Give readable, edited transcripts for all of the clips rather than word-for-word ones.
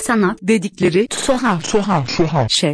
Sanat dedikleri tuhaf şey.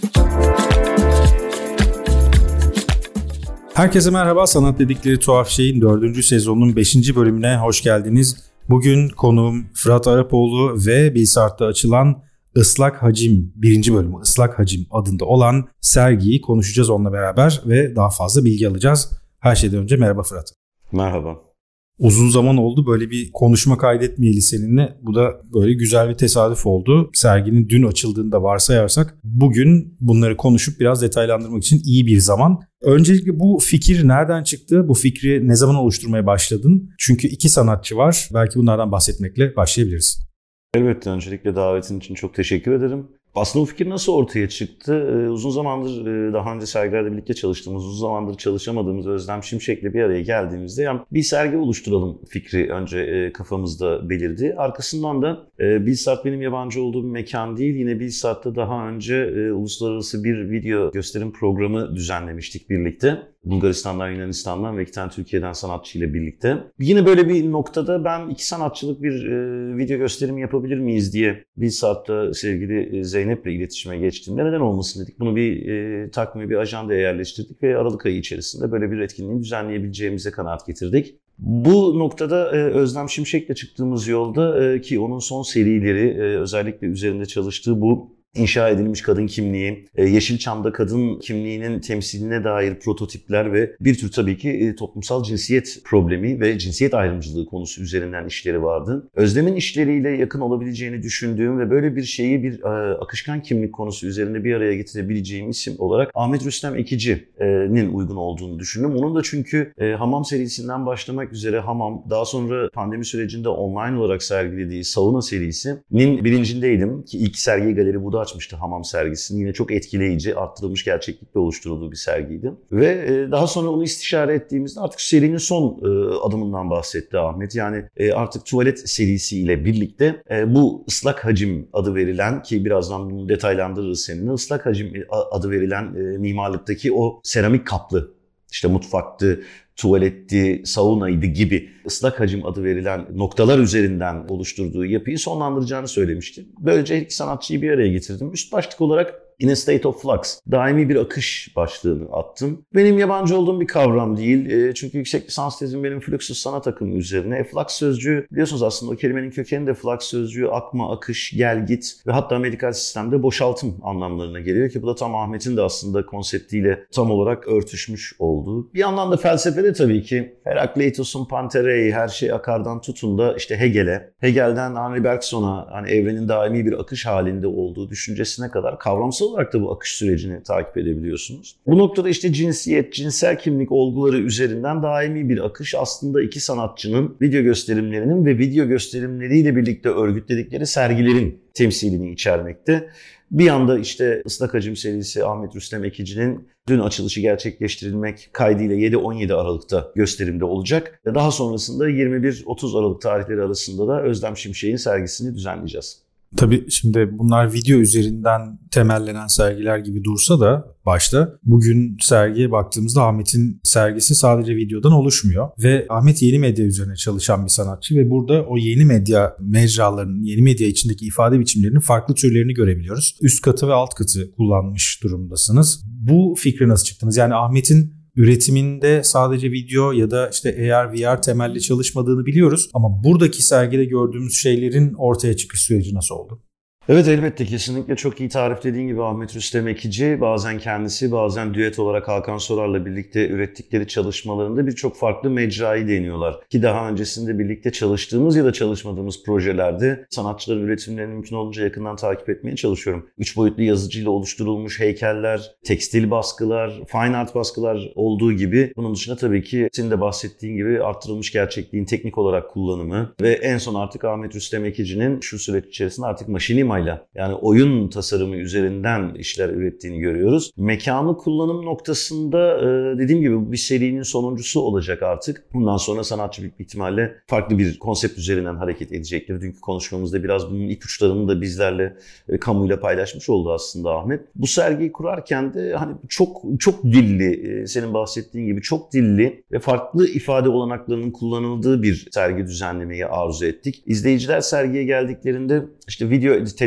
Herkese merhaba, Sanat dedikleri tuhaf şeyin 4. sezonunun 5. bölümüne hoş geldiniz. Bugün konuğum Fırat Arapoğlu ve Bilsart'ta açılan Islak Hacim 1. bölümü Islak Hacim adında olan sergiyi konuşacağız onunla beraber ve daha fazla bilgi alacağız. Her şeyden önce merhaba Fırat. Merhaba. Uzun zaman oldu böyle bir konuşma kaydetmeyeli seninle. Bu da böyle güzel bir tesadüf oldu. Serginin dün açıldığını da varsayarsak bugün bunları konuşup biraz detaylandırmak için iyi bir zaman. Öncelikle bu fikir nereden çıktı? Bu fikri ne zaman oluşturmaya başladın? Çünkü 2 sanatçı var. Belki bunlardan bahsetmekle başlayabiliriz. Elbette, öncelikle davetin için çok teşekkür ederim. Aslında bu fikir nasıl ortaya çıktı? Uzun zamandır daha önce sergilerde birlikte çalıştığımız, uzun zamandır çalışamadığımız Özlem Şimşek'le bir araya geldiğimizde yani bir sergi oluşturalım fikri önce kafamızda belirdi. Arkasından da Bilsart benim yabancı olduğum bir mekan değil. Yine Bilsart'ta daha önce uluslararası bir video gösterim programı düzenlemiştik birlikte. Bulgaristan'dan, Yunanistan'dan ve 2 tane Türkiye'den sanatçıyla birlikte. Yine böyle bir noktada ben 2 sanatçılık bir video gösterimi yapabilir miyiz diye Bilsart'ta sevgili Zeynep'le iletişime geçtiğimde neden olmasın dedik. Bunu bir takvime, bir ajandaya yerleştirdik ve Aralık ayı içerisinde böyle bir etkinliği düzenleyebileceğimize kanaat getirdik. Bu noktada Özlem Şimşek'le çıktığımız yolda ki onun son serileri özellikle üzerinde çalıştığı bu İnşa edilmiş kadın kimliği, Yeşilçam'da kadın kimliğinin temsiline dair prototipler ve bir tür tabii ki toplumsal cinsiyet problemi ve cinsiyet ayrımcılığı konusu üzerinden işleri vardı. Özlem'in işleriyle yakın olabileceğini düşündüğüm ve böyle bir şeyi bir akışkan kimlik konusu üzerinde bir araya getirebileceğim isim olarak Ahmet Rüstem Ekici'nin uygun olduğunu düşündüm. Onun da çünkü Hamam serisinden başlamak üzere Hamam, daha sonra pandemi sürecinde online olarak sergilediği Sauna serisinin bilincindeydim ki ilk sergi Galeri Buda açmıştı Hamam sergisini. Yine çok etkileyici, arttırılmış gerçeklikle oluşturulduğu bir sergiydi. Ve daha sonra onu istişare ettiğimizde artık serinin son adımından bahsetti Ahmet. Yani artık tuvalet serisiyle birlikte bu Islak Hacim adı verilen, ki birazdan bunu detaylandırırız seninle, Islak Hacim adı verilen mimarlıktaki o seramik kaplı, işte mutfaktı, tuvaletti, saunaydı gibi ıslak hacim adı verilen noktalar üzerinden oluşturduğu yapıyı sonlandıracağını söylemişti. Böylece her 2 sanatçıyı bir araya getirdim. Üst başlık olarak In a State of Flux, daimi bir akış başlığını attım. Benim yabancı olduğum bir kavram değil. Çünkü yüksek lisans tezim benim Fluxus sanat akımı üzerine. Flux sözcüğü biliyorsunuz aslında o kelimenin kökeni de flux sözcüğü akma, akış, gel git ve hatta medikal sistemde boşaltım anlamlarına geliyor ki bu da tam Ahmet'in de aslında konseptiyle tam olarak örtüşmüş olduğu. Bir yandan da felsefede tabii ki Herakleitos'un Panterei, her şey akardan tutun da işte Hegel'e, Hegel'den Henri Bergson'a hani evrenin daimi bir akış halinde olduğu düşüncesine kadar kavramsal olarak da bu akış sürecini takip edebiliyorsunuz. Bu noktada işte cinsiyet, cinsel kimlik olguları üzerinden daimi bir akış aslında 2 sanatçının video gösterimlerinin ve video gösterimleriyle birlikte örgütledikleri sergilerin temsilini içermekte. Bir yanda işte Islak Hacim serisi Ahmet Rüstem Ekici'nin dün açılışı gerçekleştirilmek kaydıyla 7-17 Aralık'ta gösterimde olacak. Daha sonrasında 21-30 Aralık tarihleri arasında da Özlem Şimşek'in sergisini düzenleyeceğiz. Tabii şimdi bunlar video üzerinden temellenen sergiler gibi dursa da başta bugün sergiye baktığımızda Ahmet'in sergisi sadece videodan oluşmuyor. Ve Ahmet yeni medya üzerine çalışan bir sanatçı ve burada o yeni medya mecralarının, yeni medya içindeki ifade biçimlerinin farklı türlerini görebiliyoruz. Üst katı ve alt katı kullanmış durumdasınız. Bu fikre nasıl çıktınız? Yani Ahmet'in üretiminde sadece video ya da işte AR, VR temelli çalışmadığını biliyoruz. Ama buradaki sergide gördüğümüz şeylerin ortaya çıkış süreci nasıl oldu? Evet, elbette, kesinlikle çok iyi tariflediğin gibi Ahmet Rüstem Ekici bazen kendisi bazen düet olarak Hakan Sorar'la birlikte ürettikleri çalışmalarında birçok farklı mecrayı deniyorlar. Ki daha öncesinde birlikte çalıştığımız ya da çalışmadığımız projelerde sanatçıların üretimlerini mümkün olduğunca yakından takip etmeye çalışıyorum. 3 boyutlu yazıcıyla oluşturulmuş heykeller, tekstil baskılar, fine art baskılar olduğu gibi bunun dışında tabii ki senin de bahsettiğin gibi arttırılmış gerçekliğin teknik olarak kullanımı ve en son artık Ahmet Rüstem Ekici'nin şu süreç içerisinde artık maşinima yani oyun tasarımı üzerinden işler ürettiğini görüyoruz. Mekanı kullanım noktasında dediğim gibi bu bir serinin sonuncusu olacak artık. Bundan sonra sanatçı büyük ihtimalle farklı bir konsept üzerinden hareket edecektir. Dünkü konuşmamızda biraz bunun ipuçlarını da bizlerle, kamuyla paylaşmış oldu aslında Ahmet. Bu sergiyi kurarken de hani çok dilli, senin bahsettiğin gibi çok dilli ve farklı ifade olanaklarının kullanıldığı bir sergi düzenlemeyi arzu ettik. İzleyiciler sergiye geldiklerinde işte video,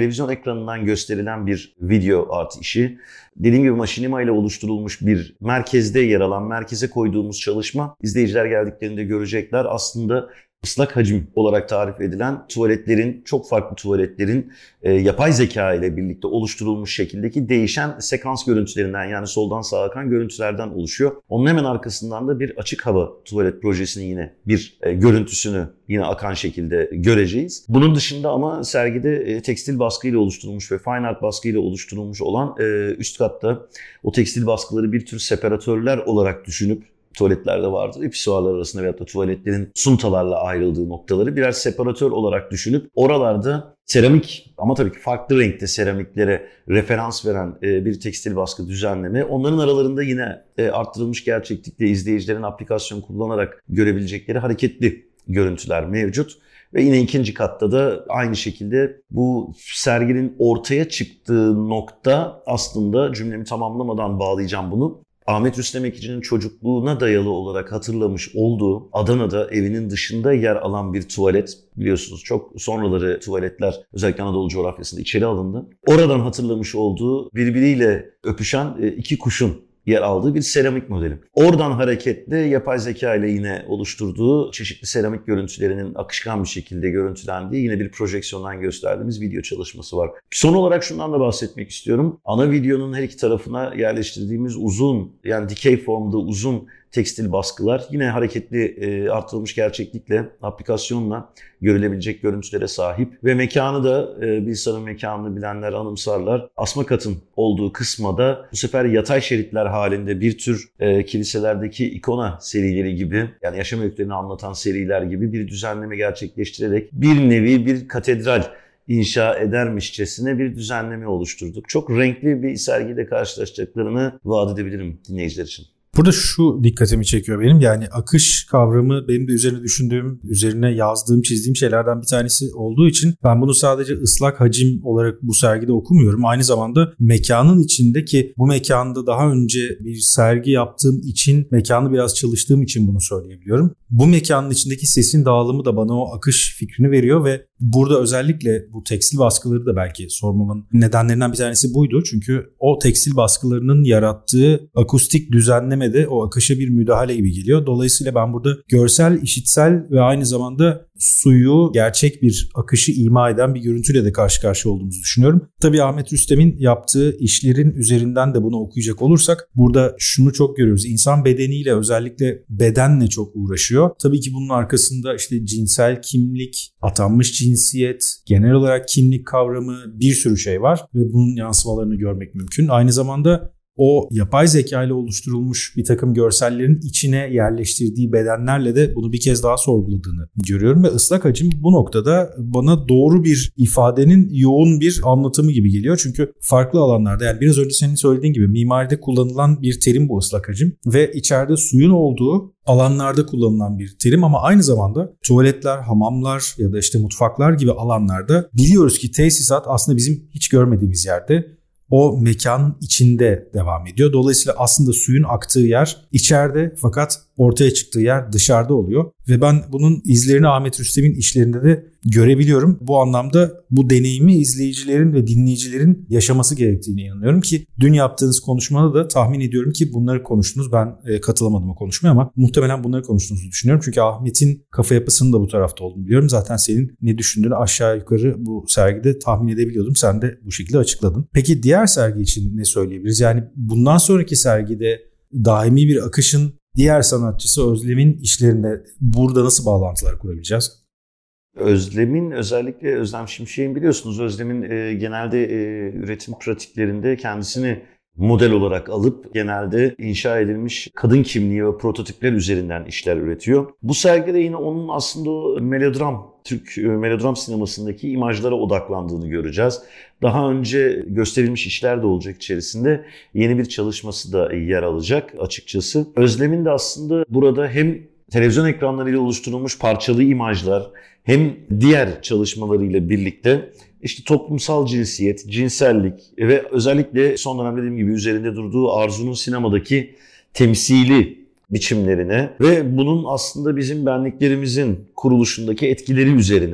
televizyon ekranından gösterilen bir video art işi. Dediğim gibi Machinima ile oluşturulmuş bir merkezde yer alan, merkeze koyduğumuz çalışma, izleyiciler geldiklerinde görecekler. Aslında ıslak hacim olarak tarif edilen tuvaletlerin, çok farklı tuvaletlerin yapay zeka ile birlikte oluşturulmuş şekildeki değişen sekans görüntülerinden, yani soldan sağa akan görüntülerden oluşuyor. Onun hemen arkasından da bir açık hava tuvalet projesinin yine bir görüntüsünü yine akan şekilde göreceğiz. Bunun dışında ama sergide tekstil baskıyla oluşturulmuş ve fine art baskıyla oluşturulmuş olan üst katta o tekstil baskıları bir tür separatörler olarak düşünüp, tuvaletlerde vardır ve pisuarlar arasında veyahut da tuvaletlerin suntalarla ayrıldığı noktaları birer separatör olarak düşünüp oralarda seramik, ama tabii ki farklı renkte seramiklere referans veren bir tekstil baskı düzenleme. Onların aralarında yine arttırılmış gerçeklikle izleyicilerin aplikasyon kullanarak görebilecekleri hareketli görüntüler mevcut. Ve yine ikinci katta da aynı şekilde bu serginin ortaya çıktığı nokta, aslında cümlemi tamamlamadan bağlayacağım bunu. Ahmet Rüstem Ekici'nin çocukluğuna dayalı olarak hatırlamış olduğu Adana'da evinin dışında yer alan bir tuvalet, biliyorsunuz çok sonraları tuvaletler özellikle Anadolu coğrafyasında içeri alındı. Oradan hatırlamış olduğu birbiriyle öpüşen iki kuşun yer aldığı bir seramik modeli. Oradan hareketle yapay zeka ile yine oluşturduğu çeşitli seramik görüntülerinin akışkan bir şekilde görüntülendiği yine bir projeksiyondan gösterdiğimiz video çalışması var. Son olarak şundan da bahsetmek istiyorum. Ana videonun her iki tarafına yerleştirdiğimiz uzun, yani dikey formda uzun tekstil baskılar yine hareketli artırılmış gerçeklikle, aplikasyonla görülebilecek görüntülere sahip ve mekanı da Bilsar'ın mekanını bilenler anımsarlar. Asma katın olduğu kısma da bu sefer yatay şeritler halinde bir tür kiliselerdeki ikona serileri gibi, yani yaşam öykülerini anlatan seriler gibi bir düzenleme gerçekleştirerek bir nevi bir katedral inşa edermişçesine bir düzenleme oluşturduk. Çok renkli bir sergiyle karşılaşacaklarını vaat edebilirim dinleyiciler için. Burada şu dikkatimi çekiyor benim, yani akış kavramı benim de üzerine düşündüğüm, üzerine yazdığım, çizdiğim şeylerden bir tanesi olduğu için ben bunu sadece ıslak hacim olarak bu sergide okumuyorum. Aynı zamanda mekanın içindeki, bu mekanda daha önce bir sergi yaptığım için, mekanı biraz çalıştığım için bunu söyleyebiliyorum. Bu mekanın içindeki sesin dağılımı da bana o akış fikrini veriyor ve burada özellikle bu tekstil baskıları da belki sormamın nedenlerinden bir tanesi buydu. Çünkü o tekstil baskılarının yarattığı akustik düzenleme de o akışa bir müdahale gibi geliyor. Dolayısıyla ben burada görsel, işitsel ve aynı zamanda suyu, gerçek bir akışı ima eden bir görüntüyle de karşı karşıya olduğumuzu düşünüyorum. Tabii Ahmet Rüstem'in yaptığı işlerin üzerinden de bunu okuyacak olursak burada şunu çok görüyoruz. İnsan bedeniyle, özellikle bedenle çok uğraşıyor. Tabii ki bunun arkasında işte cinsel kimlik, atanmış cinsiyet, genel olarak kimlik kavramı, bir sürü şey var ve bunun yansımalarını görmek mümkün. Aynı zamanda o yapay zeka ile oluşturulmuş bir takım görsellerin içine yerleştirdiği bedenlerle de bunu bir kez daha sorguladığını görüyorum ve ıslak hacim bu noktada bana doğru bir ifadenin yoğun bir anlatımı gibi geliyor. Çünkü farklı alanlarda, yani biraz önce senin söylediğin gibi mimaride kullanılan bir terim bu ıslak hacim ve içeride suyun olduğu alanlarda kullanılan bir terim, ama aynı zamanda tuvaletler, hamamlar ya da işte mutfaklar gibi alanlarda biliyoruz ki tesisat aslında bizim hiç görmediğimiz yerde, o mekanın içinde devam ediyor. Dolayısıyla aslında suyun aktığı yer içeride, fakat ortaya çıktığı yer dışarıda oluyor. Ve ben bunun izlerini Ahmet Rüstem'in işlerinde de görebiliyorum. Bu anlamda bu deneyimi izleyicilerin ve dinleyicilerin yaşaması gerektiğine inanıyorum ki dün yaptığınız konuşmada da tahmin ediyorum ki bunları konuştunuz. Ben katılamadım o konuşmaya ama muhtemelen bunları konuştuğunuzu düşünüyorum. Çünkü Ahmet'in kafa yapısının da bu tarafta olduğunu biliyorum. Zaten senin ne düşündüğünü aşağı yukarı bu sergide tahmin edebiliyordum. Sen de bu şekilde açıkladın. Peki diğer sergi için ne söyleyebiliriz? Yani bundan sonraki sergide daimi bir akışın diğer sanatçısı Özlem'in işlerinde burada nasıl bağlantılar kurabileceğiz? Özlem'in, özellikle Özlem Şimşek'in, biliyorsunuz Özlem'in genelde üretim pratiklerinde kendisini model olarak alıp genelde inşa edilmiş kadın kimliği ve prototipler üzerinden işler üretiyor. Bu sergide yine onun aslında o Türk melodram sinemasındaki imajlara odaklandığını göreceğiz. Daha önce gösterilmiş işler de olacak içerisinde. Yeni bir çalışması da yer alacak açıkçası. Özlem'in de aslında burada hem televizyon ekranlarıyla oluşturulmuş parçalı imajlar, hem diğer çalışmalarıyla birlikte işte toplumsal cinsiyet, cinsellik ve özellikle son dönemde dediğim gibi üzerinde durduğu Arzu'nun sinemadaki temsili biçimlerine ve bunun aslında bizim benliklerimizin kuruluşundaki etkileri üzerine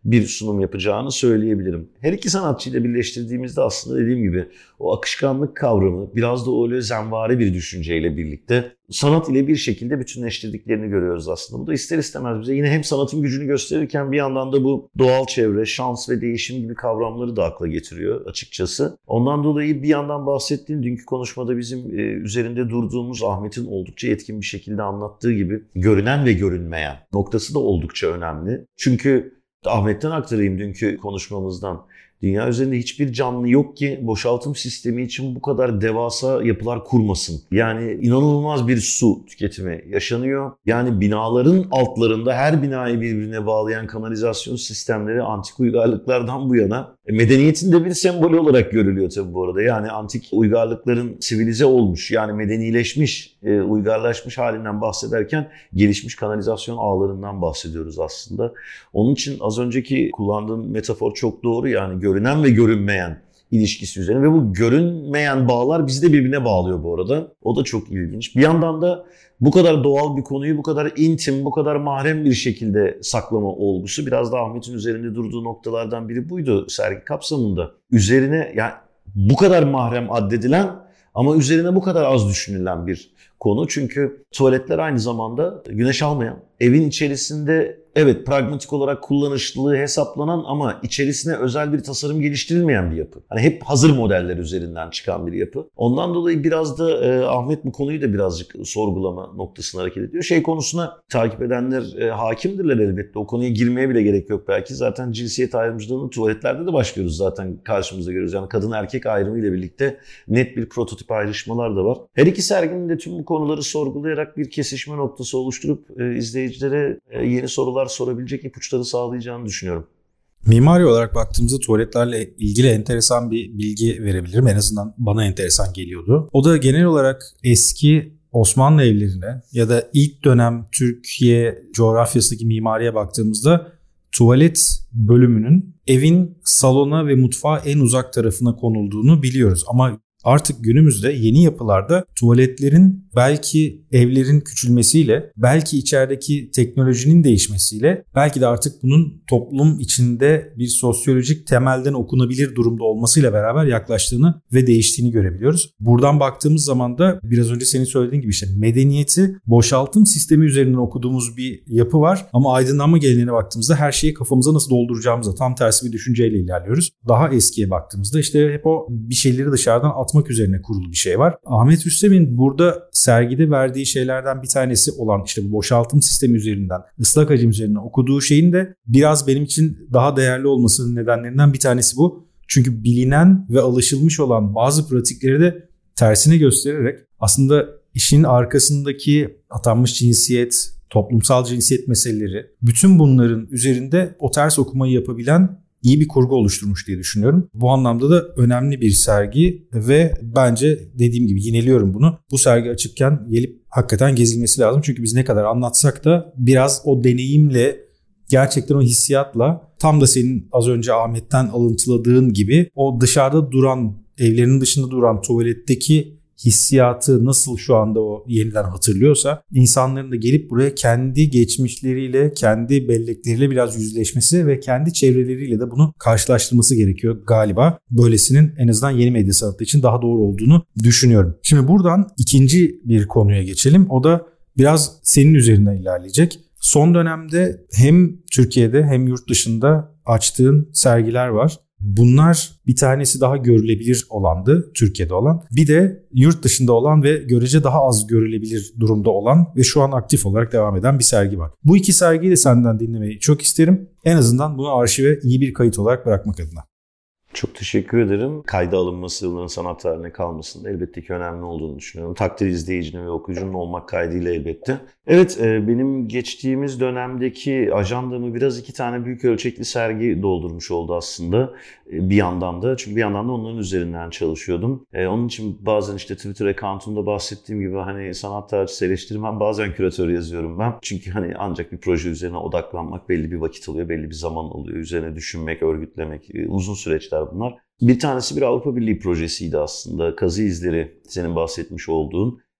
bir sunum yapacağını söyleyebilirim. Her iki sanatçıyla birleştirdiğimizde aslında dediğim gibi o akışkanlık kavramı biraz da öyle zenvari bir düşünceyle birlikte sanat ile bir şekilde bütünleştirdiklerini görüyoruz aslında. Bu da ister istemez bize yine hem sanatın gücünü gösterirken bir yandan da bu doğal çevre, şans ve değişim gibi kavramları da akla getiriyor açıkçası. Ondan dolayı bir yandan bahsettiğim dünkü konuşmada bizim üzerinde durduğumuz Ahmet'in oldukça etkin bir şekilde anlattığı gibi görünen ve görünmeyen noktası da oldukça önemli. Çünkü Ahmet'ten aktarayım dünkü konuşmamızdan. Dünya üzerinde hiçbir canlı yok ki boşaltım sistemi için bu kadar devasa yapılar kurmasın. Yani inanılmaz bir su tüketimi yaşanıyor. Yani binaların altlarında her binayı birbirine bağlayan kanalizasyon sistemleri antik uygarlıklardan bu yana medeniyetin de bir sembolü olarak görülüyor tabii bu arada. Yani antik uygarlıkların sivilize olmuş, yani medenileşmiş, uygarlaşmış halinden bahsederken gelişmiş kanalizasyon ağlarından bahsediyoruz aslında. Onun için az önceki kullandığım metafor çok doğru, yani görünen ve görünmeyen ilişkisi üzerine ve bu görünmeyen bağlar bizi de birbirine bağlıyor bu arada. O da çok ilginç. Bir yandan da bu kadar doğal bir konuyu bu kadar intim, bu kadar mahrem bir şekilde saklama olgusu biraz da Ahmet'in üzerinde durduğu noktalardan biri buydu sergi kapsamında. Üzerine yani bu kadar mahrem addedilen ama üzerine bu kadar az düşünülen bir konu. Çünkü tuvaletler aynı zamanda güneş almayan, evin içerisinde evet pragmatik olarak kullanışlılığı hesaplanan ama içerisine özel bir tasarım geliştirilmeyen bir yapı. Hani hep hazır modeller üzerinden çıkan bir yapı. Ondan dolayı biraz da Ahmet bu konuyu da birazcık sorgulama noktasına hareket ediyor. Şey konusuna takip edenler hakimdirler elbette. O konuya girmeye bile gerek yok belki. Zaten cinsiyet ayrımcılığını tuvaletlerde de başlıyoruz zaten, karşımızda görüyoruz. Yani kadın erkek ayrımı ile birlikte net bir prototip ayrışmalar da var. Her iki serginin de tüm bu konuları sorgulayarak bir kesişme noktası oluşturup izleyicilere yeni sorular sorabilecek ipuçları sağlayacağını düşünüyorum. Mimari olarak baktığımızda tuvaletlerle ilgili enteresan bir bilgi verebilirim. En azından bana enteresan geliyordu. O da genel olarak eski Osmanlı evlerine ya da ilk dönem Türkiye coğrafyasındaki mimariye baktığımızda tuvalet bölümünün evin salona ve mutfağa en uzak tarafına konulduğunu biliyoruz. Ama artık günümüzde yeni yapılarda tuvaletlerin belki evlerin küçülmesiyle, belki içerideki teknolojinin değişmesiyle, belki de artık bunun toplum içinde bir sosyolojik temelden okunabilir durumda olmasıyla beraber yaklaştığını ve değiştiğini görebiliyoruz. Buradan baktığımız zaman da biraz önce senin söylediğin gibi işte medeniyeti boşaltım sistemi üzerinden okuduğumuz bir yapı var. Ama aydınlanma geleneğine baktığımızda her şeyi kafamıza nasıl dolduracağımıza tam tersi bir düşünceyle ilerliyoruz. Daha eskiye baktığımızda işte hep o bir şeyleri dışarıdan atmak üzerine kurulu bir şey var. Ahmet Rüstem'in burada sergide verdiği şeylerden bir tanesi olan işte bu boşaltım sistemi üzerinden, ıslak hacim üzerinden okuduğu şeyin de biraz benim için daha değerli olmasının nedenlerinden bir tanesi bu. Çünkü bilinen ve alışılmış olan bazı pratikleri de tersine göstererek aslında işin arkasındaki atanmış cinsiyet, toplumsal cinsiyet meseleleri, bütün bunların üzerinde o ters okumayı yapabilen iyi bir kurgu oluşturmuş diye düşünüyorum. Bu anlamda da önemli bir sergi ve bence dediğim gibi yineliyorum bunu. Bu sergi açıkken gelip hakikaten gezilmesi lazım. Çünkü biz ne kadar anlatsak da biraz o deneyimle, gerçekten o hissiyatla, tam da senin az önce Ahmet'ten alıntıladığın gibi o dışarıda duran, evlerinin dışında duran tuvaletteki hissiyatı nasıl şu anda o yeniden hatırlıyorsa, insanların da gelip buraya kendi geçmişleriyle, kendi bellekleriyle biraz yüzleşmesi ve kendi çevreleriyle de bunu karşılaştırması gerekiyor galiba. Böylesinin en azından yeni medya sanatı için daha doğru olduğunu düşünüyorum. Şimdi buradan ikinci bir konuya geçelim. O da biraz senin üzerinden ilerleyecek. Son dönemde hem Türkiye'de hem yurt dışında açtığın sergiler var. Bunlar bir tanesi daha görülebilir olandı, Türkiye'de olan. Bir de yurt dışında olan ve görece daha az görülebilir durumda olan ve şu an aktif olarak devam eden bir sergi var. Bu iki sergiyi de senden dinlemeyi çok isterim. En azından bunu arşive iyi bir kayıt olarak bırakmak adına. Çok teşekkür ederim. Kayda alınması, yılların sanat tarihine kalmasının elbette ki önemli olduğunu düşünüyorum. Takdir izleyicinin ve okuyucunun olmak kaydıyla elbette. Evet, benim geçtiğimiz dönemdeki ajandamı biraz iki tane büyük ölçekli sergi doldurmuş oldu aslında. Bir yandan da, çünkü bir yandan da onların üzerinden çalışıyordum. Onun için bazen işte Twitter account'umda bahsettiğim gibi hani sanat tarihçisi eleştirmen, bazen küratör yazıyorum ben. Çünkü hani ancak bir proje üzerine odaklanmak belli bir vakit alıyor, belli bir zaman alıyor. Üzerine düşünmek, örgütlemek uzun süreçler bunlar. Bir tanesi bir Avrupa Birliği projesiydi aslında. Kazı izleri, senin bahsetmiş olduğun.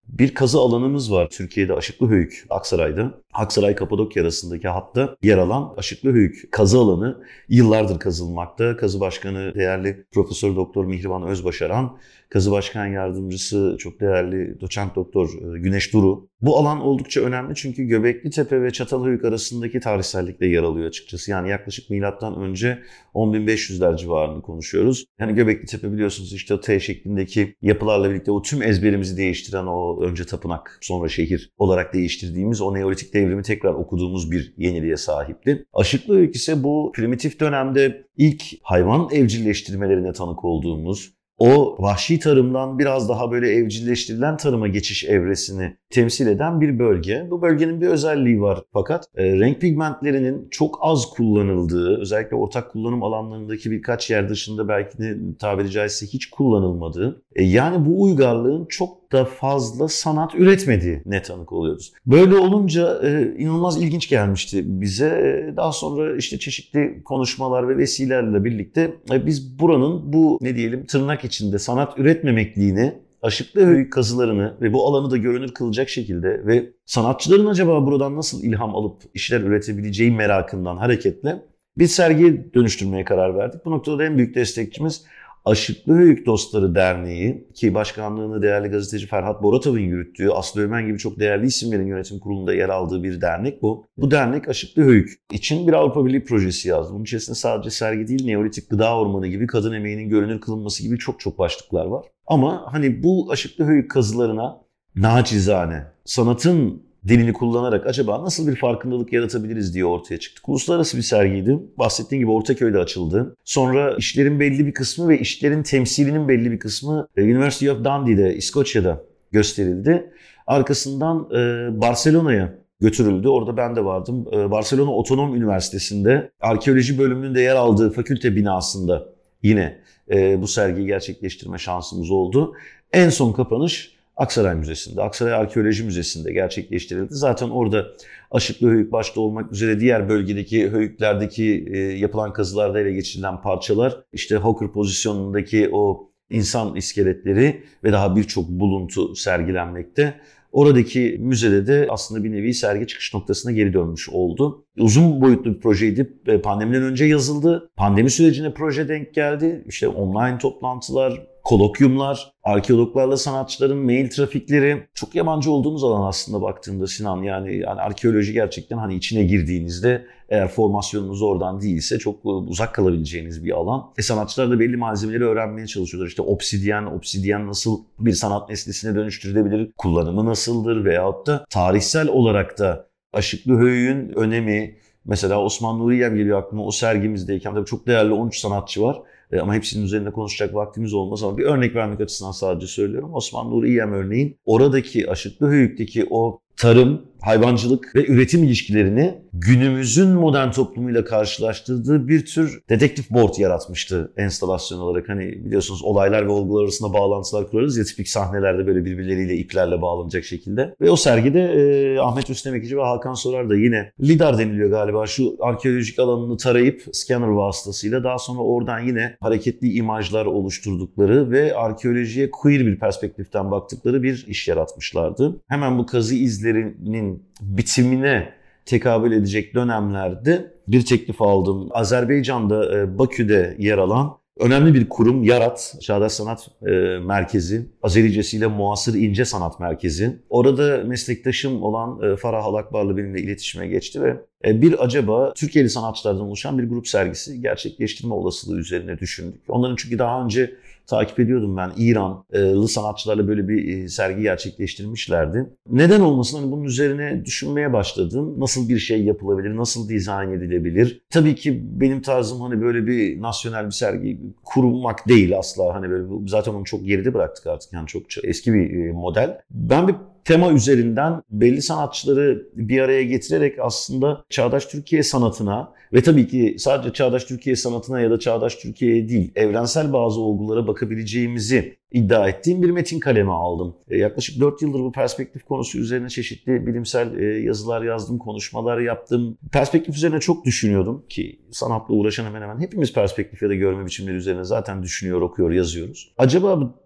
Bir kazı alanımız var Türkiye'de, Aşıklıhöyük, Aksaray'da. Aksaray-Kapadokya arasındaki hatta yer alan Aşıklıhöyük kazı alanı yıllardır kazılmakta. Kazı Başkanı değerli Profesör Doktor Mihriban Özbaşaran, Kazı Başkan Yardımcısı çok değerli Doçent Doktor Güneş Duru. Bu alan oldukça önemli çünkü Göbeklitepe ve Çatalhöyük arasındaki tarihsellikle yer alıyor açıkçası. Yani yaklaşık milattan önce 10.500'ler civarını konuşuyoruz. Yani Göbeklitepe biliyorsunuz işte o T şeklindeki yapılarla birlikte o tüm ezberimizi değiştiren, o önce tapınak sonra şehir olarak değiştirdiğimiz o Neolitik devrimi tekrar okuduğumuz bir yeniliğe sahipti. Aşıklıhöyük ise bu primitif dönemde ilk hayvan evcilleştirmelerine tanık olduğumuz, o vahşi tarımdan biraz daha böyle evcilleştirilen tarıma geçiş evresini temsil eden bir bölge. Bu bölgenin bir özelliği var fakat renk pigmentlerinin çok az kullanıldığı, özellikle ortak kullanım alanlarındaki birkaç yer dışında belki de tabiri caizse hiç kullanılmadığı, yani bu uygarlığın çok da fazla sanat üretmediğine tanık oluyoruz. Böyle olunca inanılmaz ilginç gelmişti bize. Daha sonra işte çeşitli konuşmalar ve vesilelerle birlikte biz buranın bu ne diyelim tırnak içinde sanat üretmemekliğini, Aşıklıhöyük kazılarını ve bu alanı da görünür kılacak şekilde ve sanatçıların acaba buradan nasıl ilham alıp işler üretebileceği merakından hareketle bir sergiye dönüştürmeye karar verdik. Bu noktada da en büyük destekçimiz Aşıklıhöyük Dostları Derneği, ki başkanlığını değerli gazeteci Ferhat Boratov'un yürüttüğü, Aslı Ömen gibi çok değerli isimlerin yönetim kurulunda yer aldığı bir dernek bu. Bu dernek Aşıklıhöyük için bir Avrupa Birliği projesi yazdı. Bunun içerisinde sadece sergi değil, Neolitik gıda ormanı gibi, kadın emeğinin görünür kılınması gibi çok başlıklar var. Ama hani bu Aşıklıhöyük kazılarına nacizane sanatın dilini kullanarak acaba nasıl bir farkındalık yaratabiliriz diye ortaya çıktık. Uluslararası bir sergiydi. Bahsettiğim gibi Ortaköy'de açıldı. Sonra işlerin belli bir kısmı ve işlerin temsilinin belli bir kısmı University of Dundee'de, İskoçya'da gösterildi. Arkasından Barcelona'ya götürüldü. Orada ben de vardım. Barcelona Otonom Üniversitesi'nde arkeoloji bölümünün de yer aldığı fakülte binasında yine bu sergiyi gerçekleştirme şansımız oldu. En son kapanış Aksaray Müzesi'nde, Aksaray Arkeoloji Müzesi'nde gerçekleştirildi. Zaten orada Aşıklıhöyük başta olmak üzere diğer bölgedeki höyüklerdeki yapılan kazılarda ele geçirilen parçalar, işte Hawker pozisyonundaki o insan iskeletleri ve daha birçok buluntu sergilenmekte. Oradaki müzede de aslında bir nevi sergi çıkış noktasına geri dönmüş oldu. Uzun boyutlu bir projeydi. Pandemiden önce yazıldı. Pandemi sürecine proje denk geldi. İşte online toplantılar, kolokyumlar, arkeologlarla sanatçıların mail trafikleri. Çok yabancı olduğumuz alan aslında baktığında Sinan. Yani arkeoloji gerçekten hani içine girdiğinizde eğer formasyonunuz oradan değilse çok uzak kalabileceğiniz bir alan. Sanatçılar da belli malzemeleri öğrenmeye çalışıyorlar. İşte obsidyen nasıl bir sanat nesnesine dönüştürülebilir, kullanımı nasıldır veyahut da tarihsel olarak da Aşıklıhöyük'ün önemi. Mesela Osman Nuriyem geliyor aklıma o sergimizdeyken. Tabii çok değerli 13 sanatçı var. Ama hepsinin üzerinde konuşacak vaktimiz olmaz ama bir örnek vermek açısından sadece söylüyorum. Osman Nuriyem örneğin oradaki Aşıklıhöyük'teki o tarım, hayvancılık ve üretim ilişkilerini günümüzün modern toplumuyla karşılaştırdığı bir tür dedektif board yaratmıştı enstalasyon olarak. Hani biliyorsunuz olaylar ve olgular arasında bağlantılar kurarız ya, tipik sahnelerde böyle birbirleriyle iplerle bağlanacak şekilde. Ve o sergide Ahmet Rüstem Ekici ve Hakan Sorar da yine lidar deniliyor galiba, şu arkeolojik alanını tarayıp scanner vasıtasıyla daha sonra oradan yine hareketli imajlar oluşturdukları ve arkeolojiye queer bir perspektiften baktıkları bir iş yaratmışlardı. Hemen bu kazı izlerinin bitimine tekabül edecek dönemlerde bir teklif aldım. Azerbaycan'da Bakü'de yer alan önemli bir kurum Yarat, Çağdaş Sanat Merkezi, Azericesiyle Muasır İnce Sanat Merkezi. Orada meslektaşım olan Farah Alakbar'la benimle iletişime geçti ve bir acaba Türkiye'li sanatçılardan oluşan bir grup sergisi gerçekleştirme olasılığı üzerine düşündük. Onların çünkü daha önce takip ediyordum ben. İranlı sanatçılarla böyle bir sergi gerçekleştirmişlerdi. Neden olmasın, hani bunun üzerine düşünmeye başladım. Nasıl bir şey yapılabilir, nasıl dizayn edilebilir? Tabii ki benim tarzım hani böyle bir nasyonel bir sergi kurmak değil asla. Hani böyle zaten onu çok geride bıraktık artık. Yani çok eski bir model. Ben bir tema üzerinden belli sanatçıları bir araya getirerek aslında çağdaş Türkiye sanatına ve tabii ki sadece çağdaş Türkiye sanatına ya da çağdaş Türkiye'ye değil, evrensel bazı olgulara bakabileceğimizi iddia ettiğim bir metin kaleme aldım. Yaklaşık 4 yıldır bu perspektif konusu üzerine çeşitli bilimsel yazılar yazdım, konuşmalar yaptım. Perspektif üzerine çok düşünüyordum ki sanatla uğraşan hemen hemen hepimiz perspektif ya da görme biçimleri üzerine zaten düşünüyor, okuyor, yazıyoruz. Acaba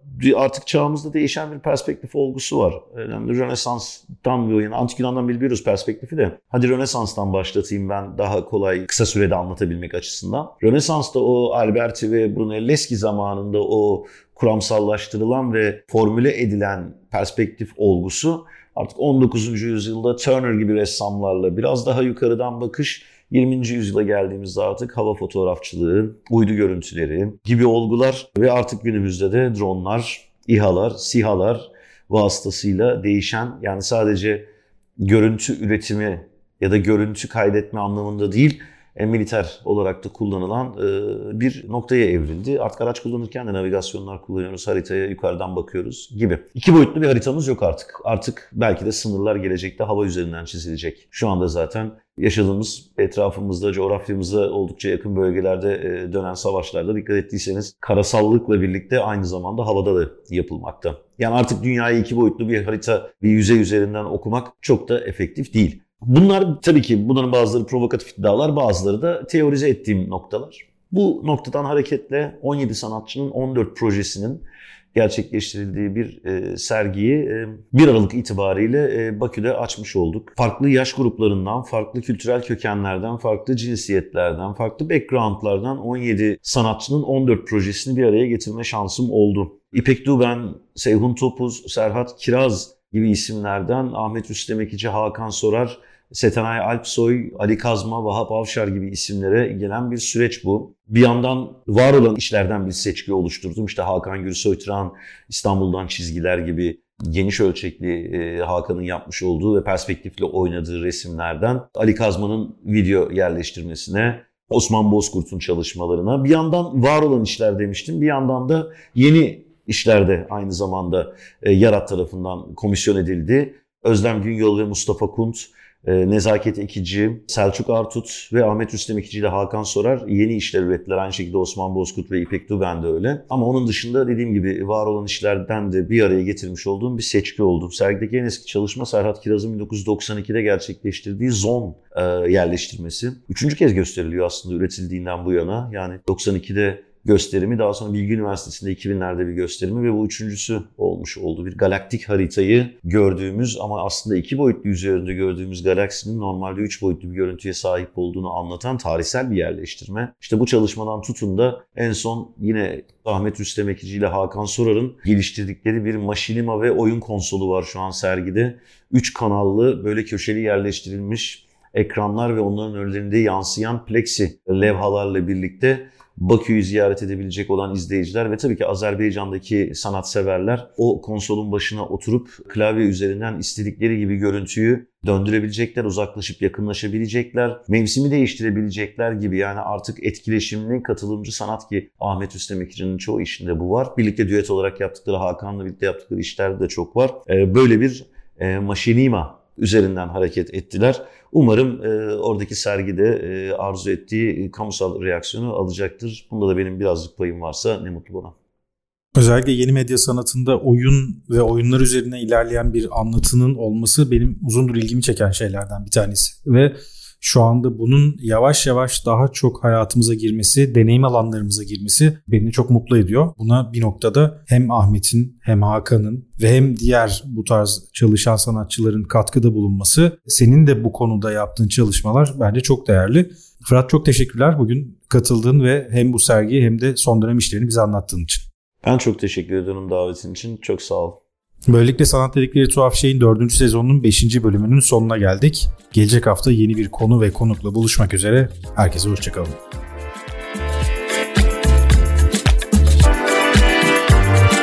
artık çağımızda değişen bir perspektif olgusu var. Yani Rönesans'tan ve Antik Yunan'dan biliyoruz perspektifi de. Hadi Rönesans'tan başlatayım ben daha kolay, kısa sürede anlatabilmek açısından. Rönesans'ta o Alberti ve Brunelleschi zamanında o kuramsallaştırılan ve formüle edilen perspektif olgusu artık 19. yüzyılda Turner gibi ressamlarla biraz daha yukarıdan bakış, 20. yüzyıla geldiğimizde artık hava fotoğrafçılığı, uydu görüntüleri gibi olgular ve artık günümüzde de dronlar, İHA'lar, SİHA'lar vasıtasıyla değişen, yani sadece görüntü üretimi ya da görüntü kaydetme anlamında değil, militer olarak da kullanılan bir noktaya evrildi. Artık araç kullanırken de navigasyonlar kullanıyoruz, haritaya yukarıdan bakıyoruz gibi. 2 boyutlu bir haritamız yok artık. Artık belki de sınırlar gelecekte hava üzerinden çizilecek. Şu anda zaten yaşadığımız, etrafımızda, coğrafyamıza oldukça yakın bölgelerde dönen savaşlarda dikkat ettiyseniz karasallıkla birlikte aynı zamanda havada da yapılmakta. Yani artık dünyayı 2 boyutlu bir harita, bir yüzey üzerinden okumak çok da efektif değil. Bunlar tabii ki bunların bazıları provokatif iddialar, bazıları da teorize ettiğim noktalar. Bu noktadan hareketle 17 sanatçının 14 projesinin gerçekleştirildiği bir sergiyi 1 Aralık itibariyle Bakü'de açmış olduk. Farklı yaş gruplarından, farklı kültürel kökenlerden, farklı cinsiyetlerden, farklı backgroundlardan 17 sanatçının 14 projesini bir araya getirme şansım oldu. İpek Duben, Seyhun Topuz, Serhat Kiraz gibi isimlerden Ahmet Rüstem Ekici, Hakan Sorar, Setenay Alpsoy, Ali Kazma, Vahap Avşar gibi isimlere gelen bir süreç bu. Bir yandan var olan işlerden bir seçki oluşturdum. İşte Hakan Gürsoytran, İstanbul'dan Çizgiler gibi geniş ölçekli Hakan'ın yapmış olduğu ve perspektifle oynadığı resimlerden Ali Kazma'nın video yerleştirmesine, Osman Bozkurt'un çalışmalarına, bir yandan var olan işler demiştim, bir yandan da yeni işlerde aynı zamanda Yarat tarafından komisyon edildi. Özlem Günyol ve Mustafa Kunt, Nezaket Ekici, Selçuk Artut ve Ahmet Rüstem Ekici ile Hakan Sorar yeni işler ürettiler. Aynı şekilde Osman Bozkurt ve İpek Duben de öyle. Ama onun dışında dediğim gibi var olan işlerden de bir araya getirmiş olduğum bir seçki oldu. Sergideki en eski çalışma Serhat Kiraz'ın 1992'de gerçekleştirdiği Zon yerleştirmesi. 3. kez gösteriliyor aslında üretildiğinden bu yana. Yani 92'de gösterimi, daha sonra Bilgi Üniversitesi'nde 2000'lerde bir gösterimi ve bu 3.'sü olmuş oldu. Bir galaktik haritayı gördüğümüz ama aslında 2 boyutlu üzerinde gördüğümüz galaksinin normalde 3 boyutlu bir görüntüye sahip olduğunu anlatan tarihsel bir yerleştirme. İşte bu çalışmadan tutun da en son yine Ahmet Rüstem Ekici ile Hakan Sorar'ın geliştirdikleri bir maşinima ve oyun konsolu var şu an sergide. 3 kanallı böyle köşeli yerleştirilmiş ekranlar ve onların önlerinde yansıyan plexi levhalarla birlikte Bakü'yü ziyaret edebilecek olan izleyiciler ve tabii ki Azerbaycan'daki sanatseverler o konsolun başına oturup klavye üzerinden istedikleri gibi görüntüyü döndürebilecekler, uzaklaşıp yakınlaşabilecekler, mevsimi değiştirebilecekler gibi, yani artık etkileşimli, katılımcı sanat ki Ahmet Rüstem Ekici'nin çoğu işinde bu var. Birlikte düet olarak yaptıkları, Hakan'la birlikte yaptıkları işlerde de çok var. Böyle bir maşinima üzerinden hareket ettiler. Umarım oradaki sergide arzu ettiği kamusal reaksiyonu alacaktır. Bunda da benim birazcık payım varsa ne mutlu bana. Özellikle yeni medya sanatında oyun ve oyunlar üzerine ilerleyen bir anlatının olması benim uzundur ilgimi çeken şeylerden bir tanesi. Ve şu anda bunun yavaş yavaş daha çok hayatımıza girmesi, deneyim alanlarımıza girmesi beni çok mutlu ediyor. Buna bir noktada hem Ahmet'in hem Hakan'ın ve hem diğer bu tarz çalışan sanatçıların katkıda bulunması, senin de bu konuda yaptığın çalışmalar bence çok değerli. Fırat, çok teşekkürler bugün katıldığın ve hem bu sergiyi hem de son dönem işlerini bize anlattığın için. Ben çok teşekkür ederim davetin için. Çok sağ ol. Böylelikle Sanat Dedikleri Tuhaf Şey'in 4. sezonunun 5. bölümünün sonuna geldik. Gelecek hafta yeni bir konu ve konukla buluşmak üzere. Herkese hoşçakalın.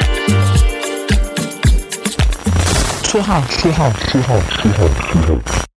Tuhaf.